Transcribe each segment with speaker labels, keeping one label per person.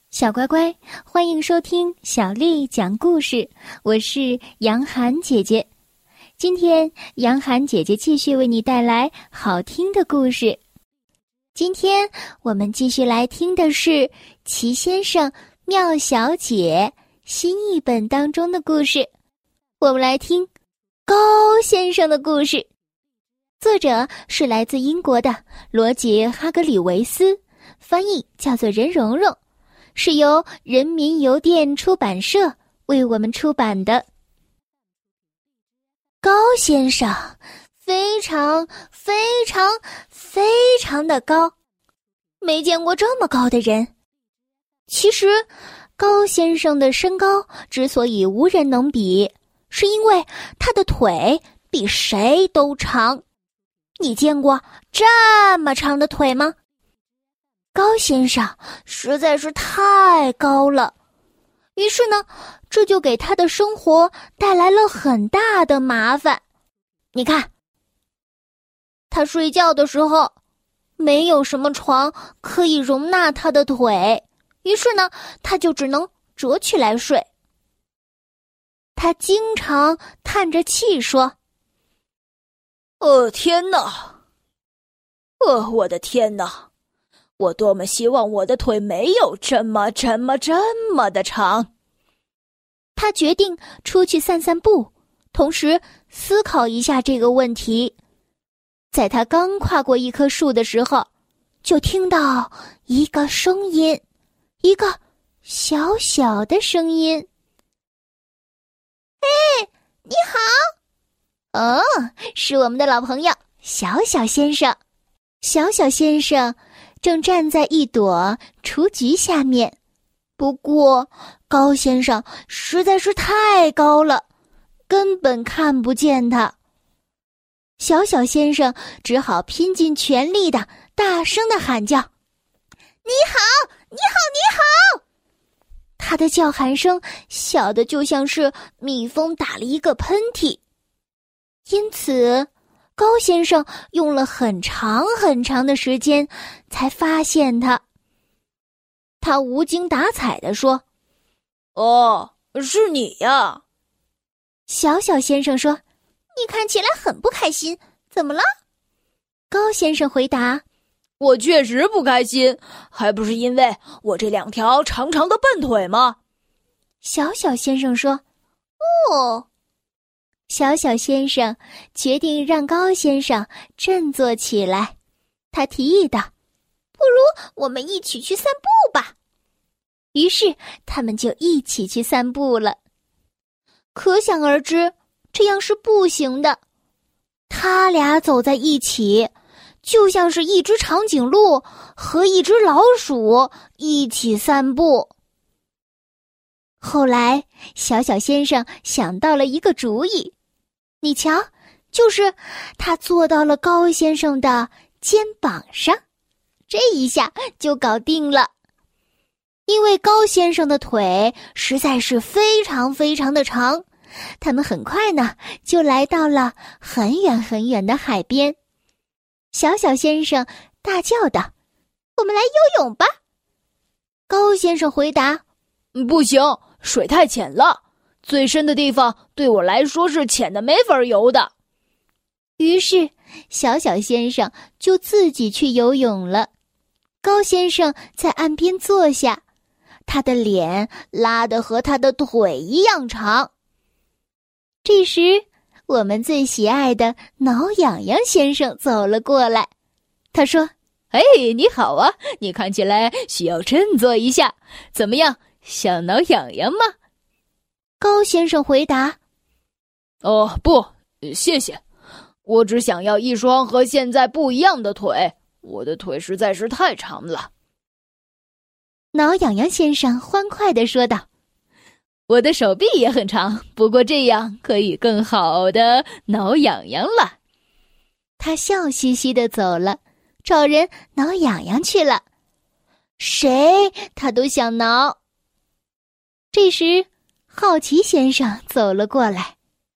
Speaker 1: 小乖乖，欢迎收听小丽讲故事，我是杨涵姐姐。今天杨涵姐姐继续为你带来好听的故事。今天我们继续来听的是奇先生妙小姐新译本当中的故事。我们来听高先生的故事，作者是来自英国的罗杰·哈格里维斯，翻译叫做任蓉蓉，是由人民邮电出版社为我们出版的。高先生非常的高，没见过这么高的人。其实高先生的身高之所以无人能比，是因为他的腿比谁都长。你见过这么长的腿吗？高先生实在是太高了，于是呢，这就给他的生活带来了很大的麻烦。你看，他睡觉的时候，没有什么床可以容纳他的腿，于是呢，他就只能折起来睡。他经常叹着气说：“
Speaker 2: 天哪！我的天哪！我多么希望我的腿没有这么的长。”
Speaker 1: 他决定出去散散步，同时思考一下这个问题。在他刚跨过一棵树的时候，就听到一个声音，一个小小的声音。“你好！”哦，是我们的老朋友小小先生。小小先生正站在一朵雏菊下面，不过高先生实在是太高了，根本看不见他。小小先生只好拼尽全力的大声的喊叫：“你好，你好，你好！”他的叫喊声小的就像是蜜蜂打了一个喷嚏，因此高先生用了很长的时间才发现他。他无精打采地说：“
Speaker 2: 哦，是你呀。”
Speaker 1: 小小先生说：“你看起来很不开心，怎么了？”高先生回答：“
Speaker 2: 我确实不开心，还不是因为我这两条长长的笨腿吗？”
Speaker 1: 小小先生说：“哦。”小小先生决定让高先生振作起来，他提议道：“不如我们一起去散步吧。”于是他们就一起去散步了。可想而知，这样是不行的。他俩走在一起，就像是一只长颈鹿和一只老鼠一起散步。后来，小小先生想到了一个主意，你瞧，就是他坐到了高先生的肩膀上，这一下就搞定了。因为高先生的腿实在是非常的长，他们很快呢就来到了很远的海边。小小先生大叫道：“我们来游泳吧！”高先生回答：“
Speaker 2: 不行，水太浅了，最深的地方对我来说是浅的没法游的。”
Speaker 1: 于是小小先生就自己去游泳了。高先生在岸边坐下，他的脸拉得和他的腿一样长。这时，我们最喜爱的挠痒痒先生走了过来，他说：“
Speaker 3: 嘿，你好啊，你看起来需要振作一下，怎么样，想挠痒痒吗？”
Speaker 1: 高先生回答：“
Speaker 2: 哦，不，谢谢，我只想要一双和现在不一样的腿，我的腿实在是太长了。”
Speaker 1: 挠痒痒先生欢快地说道：“
Speaker 3: 我的手臂也很长，不过这样可以更好的挠痒痒了。”
Speaker 1: 他笑嘻嘻地走了，找人挠痒痒去了。谁他都想挠。这时，好奇先生走了过来。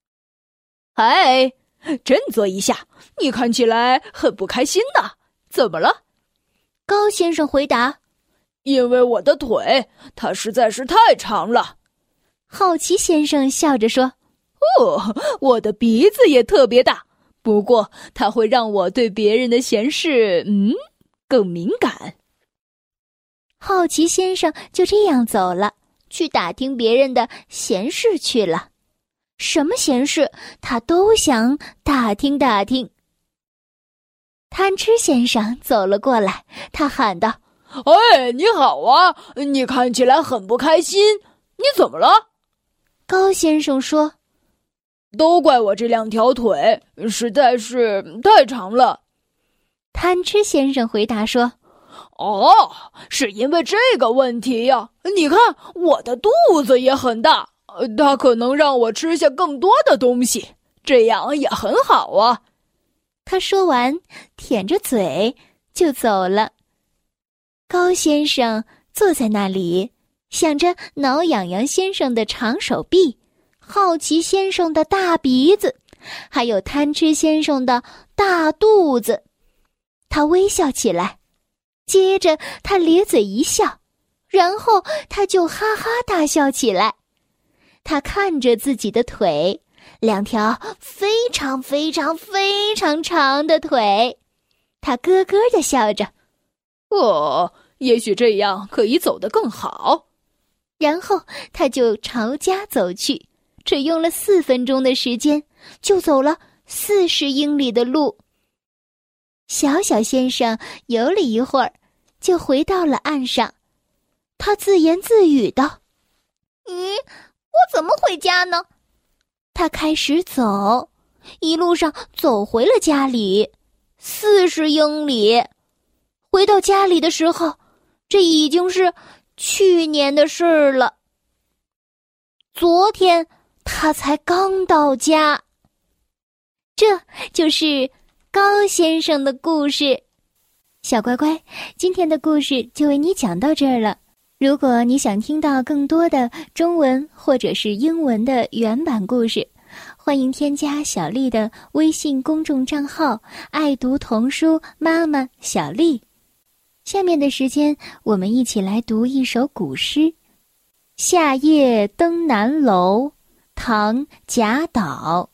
Speaker 2: “嗨，振作一下，你看起来很不开心呢，怎么了？”
Speaker 1: 高先生回答：“
Speaker 2: 因为我的腿它实在是太长了。
Speaker 3: 好奇先生笑着说：“
Speaker 2: 我的鼻子也特别大，不过它会让我对别人的闲事，更敏感。”
Speaker 1: 好奇先生就这样走了，去打听别人的闲事去了。什么闲事，他都想打听打听。贪吃先生走了过来，他喊道：“
Speaker 2: 哎，你好啊，你看起来很不开心，你怎么了？”
Speaker 1: 高先生说：“
Speaker 2: 都怪我这2条腿，实在是太长了。”
Speaker 1: 贪吃先生回答说：“
Speaker 2: 哦，是因为这个问题呀。你看，我的肚子也很大，它可能让我吃下更多的东西，这样也很好啊。”
Speaker 1: 他说完，舔着嘴就走了。高先生坐在那里，想着挠痒痒先生的长手臂，好奇先生的大鼻子，还有贪吃先生的大肚子。他微笑起来，接着他咧嘴一笑，然后他就哈哈大笑起来。他看着自己的腿，2条非常非常非常长的腿，他咯咯地笑着。
Speaker 2: 也许这样可以走得更好。
Speaker 1: 然后他就朝家走去，只用了4分钟的时间，就走了40英里的路。小小先生游了一会儿，就回到了岸上。他自言自语道：“我怎么回家呢？”他开始走，一路上走回了家里，40英里。回到家里的时候，这已经是去年的事了。昨天他才刚到家。这就是高先生的故事。小乖乖，今天的故事就为你讲到这儿了。如果你想听到更多的中文或者是英文的原版故事，欢迎添加小丽的微信公众账号爱读童书妈妈小丽。下面的时间，我们一起来读一首古诗《夏夜登南楼》，唐·贾岛。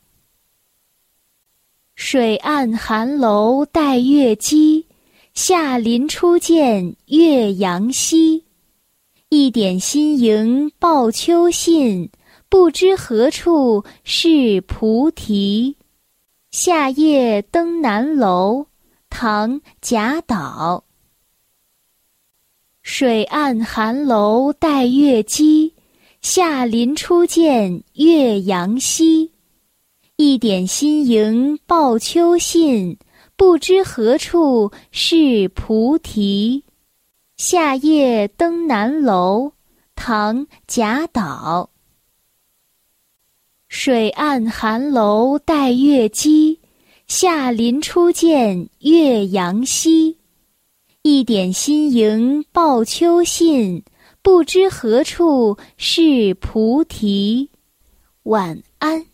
Speaker 1: 水岸寒楼带月姬，下林初见岳阳西。一点新萤报秋信，不知何处是菩提。夏夜登南楼，唐·贾岛。水岸寒楼带月姬，下林初见岳阳西。一点新萤报秋信，不知何处是菩提。夏夜登南楼，唐·贾岛。水岸寒楼带月姬，下林初见岳阳西。一点新萤报秋信，不知何处是菩提。晚安。